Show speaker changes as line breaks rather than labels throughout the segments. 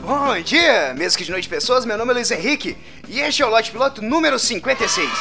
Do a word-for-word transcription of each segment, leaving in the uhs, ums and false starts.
Bom dia, mesmo que de noite pessoas, meu nome é Luiz Henrique e este é o Lote Piloto número cinquenta e seis.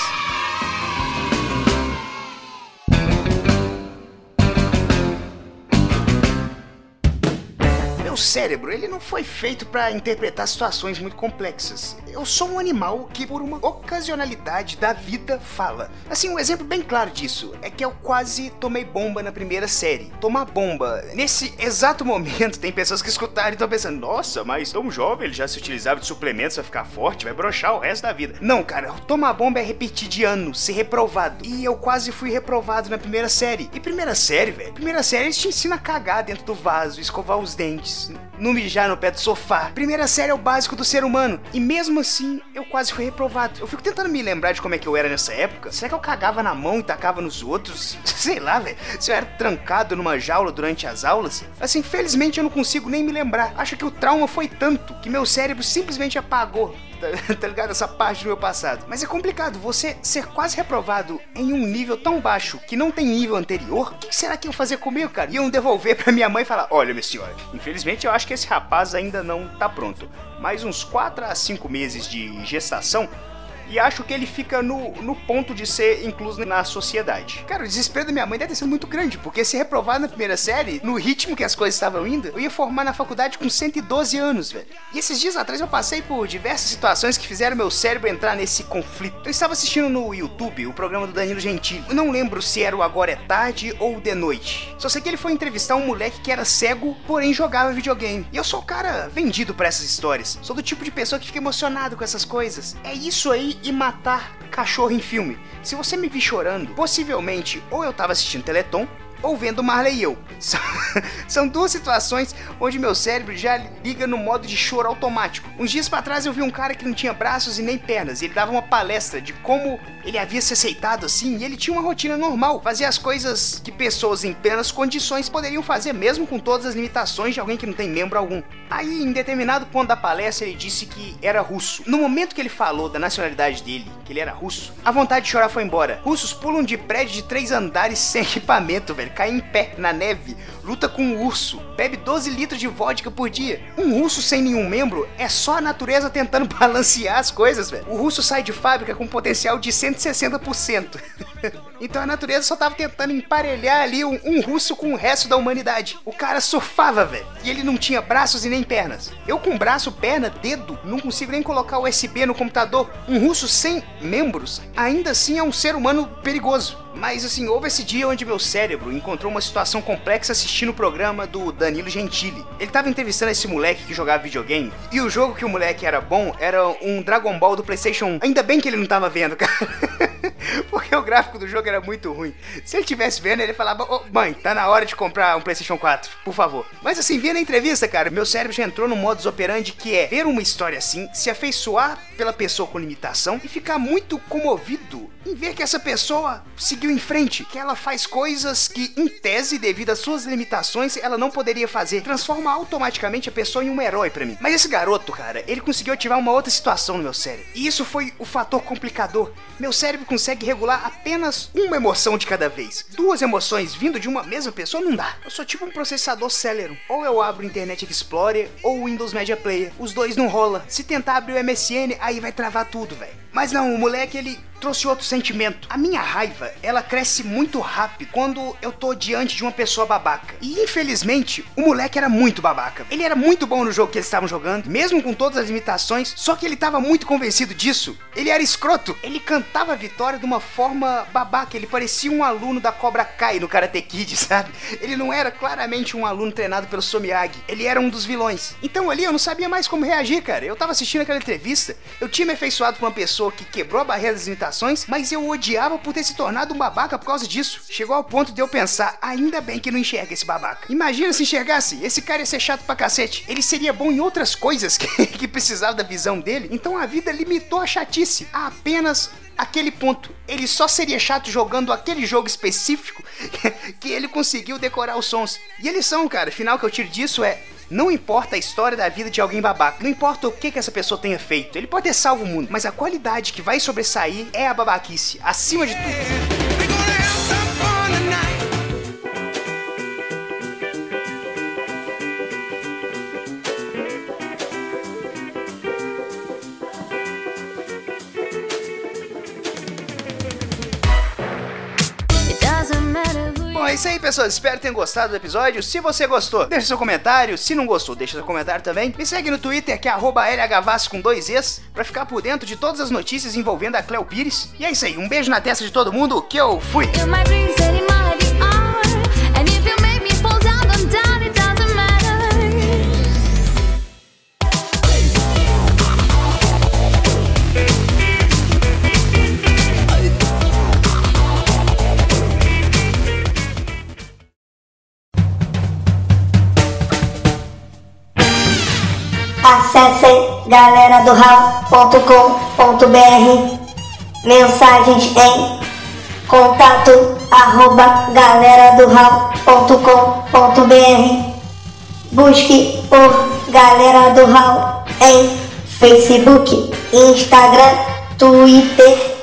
O cérebro, ele não foi feito para interpretar situações muito complexas. Eu sou um animal que, por uma ocasionalidade da vida, fala. Assim, um exemplo bem claro disso é que eu quase tomei bomba na primeira série. Tomar bomba, nesse exato momento, tem pessoas que escutaram e estão pensando: nossa, mas tão jovem, ele já se utilizava de suplementos pra ficar forte, vai broxar o resto da vida. Não, cara, tomar bomba é repetir de ano, ser reprovado. E eu quase fui reprovado na primeira série. E primeira série, velho, primeira série eles te ensinam a cagar dentro do vaso, escovar os dentes, não mijar no pé do sofá. Primeira série é o básico do ser humano. E mesmo assim, eu quase fui reprovado. Eu fico tentando me lembrar de como é que eu era nessa época. Será que eu cagava na mão e tacava nos outros? Sei lá, velho. Se eu era trancado numa jaula durante as aulas? Assim, felizmente eu não consigo nem me lembrar. Acho que o trauma foi tanto que meu cérebro simplesmente apagou. Tá, tá ligado? Essa parte do meu passado. Mas é complicado, você ser quase reprovado em um nível tão baixo que não tem nível anterior. O que será que iam fazer comigo, cara? Iam devolver pra minha mãe e falar: olha, minha senhora, infelizmente eu acho que esse rapaz ainda não tá pronto. Mais uns quatro a cinco meses de gestação e acho que ele fica no, no ponto de ser incluso na sociedade. Cara, o desespero da minha mãe deve ter sido muito grande, porque se reprovado na primeira série, no ritmo que as coisas estavam indo, eu ia formar na faculdade com cento e doze anos, velho. E esses dias atrás eu passei por diversas situações que fizeram meu cérebro entrar nesse conflito. Eu estava assistindo no YouTube o programa do Danilo Gentili. Eu não lembro se era o Agora é Tarde ou De Noite. Só sei que ele foi entrevistar um moleque que era cego, porém jogava videogame. E eu sou o cara vendido pra essas histórias. Sou do tipo de pessoa que fica emocionado com essas coisas. É isso aí e matar cachorro em filme. Se você me vir chorando, possivelmente ou eu tava assistindo Teleton ou vendo Marley e eu. São duas situações onde meu cérebro já liga no modo de choro automático. Uns dias pra trás eu vi um cara que não tinha braços e nem pernas. Ele dava uma palestra de como ele havia se aceitado assim, e ele tinha uma rotina normal, fazia as coisas que pessoas em plenas condições poderiam fazer, mesmo com todas as limitações de alguém que não tem membro algum. Aí, em determinado ponto da palestra, ele disse que era russo. No momento que ele falou da nacionalidade dele, que ele era russo, a vontade de chorar foi embora. Russos pulam de prédio de três andares sem equipamento, velho, caem em pé na neve, luta com um urso, bebe doze litros de vodka por dia. Um russo sem nenhum membro é só a natureza tentando balancear as coisas, velho. O russo sai de fábrica com potencial de cento e sessenta por cento. Então a natureza só tava tentando emparelhar ali um, um russo com o resto da humanidade. O cara surfava, velho, e ele não tinha braços e nem pernas. Eu com braço, perna, dedo, não consigo nem colocar U S B no computador. Um russo sem membros ainda assim é um ser humano perigoso. Mas assim, houve esse dia onde meu cérebro encontrou uma situação complexa assistindo o programa do Danilo Gentili. Ele tava entrevistando esse moleque que jogava videogame, e o jogo que o moleque era bom era um Dragon Ball do PlayStation um. Ainda bem que ele não tava vendo, cara. Porque o gráfico do jogo era muito ruim. Se ele tivesse vendo, ele falava: oh, mãe, tá na hora de comprar um PlayStation quatro, por favor. Mas assim, vendo a entrevista, cara, meu cérebro já entrou no modus operandi, que é ver uma história assim, se afeiçoar pela pessoa com limitação e ficar muito comovido em ver que essa pessoa seguiu em frente, que ela faz coisas que, em tese, devido às suas limitações, ela não poderia fazer. Transforma automaticamente a pessoa em um herói pra mim. Mas esse garoto, cara, ele conseguiu ativar uma outra situação no meu cérebro. E isso foi o fator complicador. Meu cérebro consegue regular apenas uma emoção de cada vez. Duas emoções vindo de uma mesma pessoa não dá. Eu sou tipo um processador Celeron. Ou eu abro o Internet Explorer ou o Windows Media Player. Os dois não rola. Se tentar abrir o M S N, aí vai travar tudo, velho. Mas não, o moleque, ele trouxe outro sentimento. A minha raiva, ela cresce muito rápido quando eu tô diante de uma pessoa babaca. E infelizmente, o moleque era muito babaca. Ele era muito bom no jogo que eles estavam jogando, mesmo com todas as limitações, só que ele tava muito convencido disso. Ele era escroto. Ele cantava a vitória de uma forma babaca. Ele parecia um aluno da Cobra Kai no Karate Kid, sabe? Ele não era claramente um aluno treinado pelo Somiyagi. Ele era um dos vilões. Então ali eu não sabia mais como reagir, cara. Eu tava assistindo aquela entrevista, eu tinha me afeiçoado com uma pessoa que quebrou a barreira das limitações, mas eu o odiava por ter se tornado um babaca por causa disso. Chegou ao ponto de eu pensar: ainda bem que não enxerga esse babaca. Imagina se enxergasse, esse cara ia ser chato pra cacete. Ele seria bom em outras coisas que, que precisavam da visão dele. Então a vida limitou a chatice a apenas aquele ponto. Ele só seria chato jogando aquele jogo específico que ele conseguiu decorar os sons. E eles são, cara, o final que eu tiro disso é: não importa a história da vida de alguém babaca, não importa o que, que essa pessoa tenha feito, ele pode ter salvo o mundo, mas a qualidade que vai sobressair é a babaquice, acima de tudo. Bom, é isso aí, pessoas. Espero que tenham gostado do episódio. Se você gostou, deixa seu comentário. Se não gostou, deixa seu comentário também. Me segue no Twitter, que é arroba lhvasco com dois Es, pra ficar por dentro de todas as notícias envolvendo a Cleo Pires. E é isso aí. Um beijo na testa de todo mundo, que eu fui!
Acessem galera do hall ponto com ponto br, mensagens em contato arroba galera do hall ponto com ponto br. Busque por Galera do Hall em Facebook, Instagram, Twitter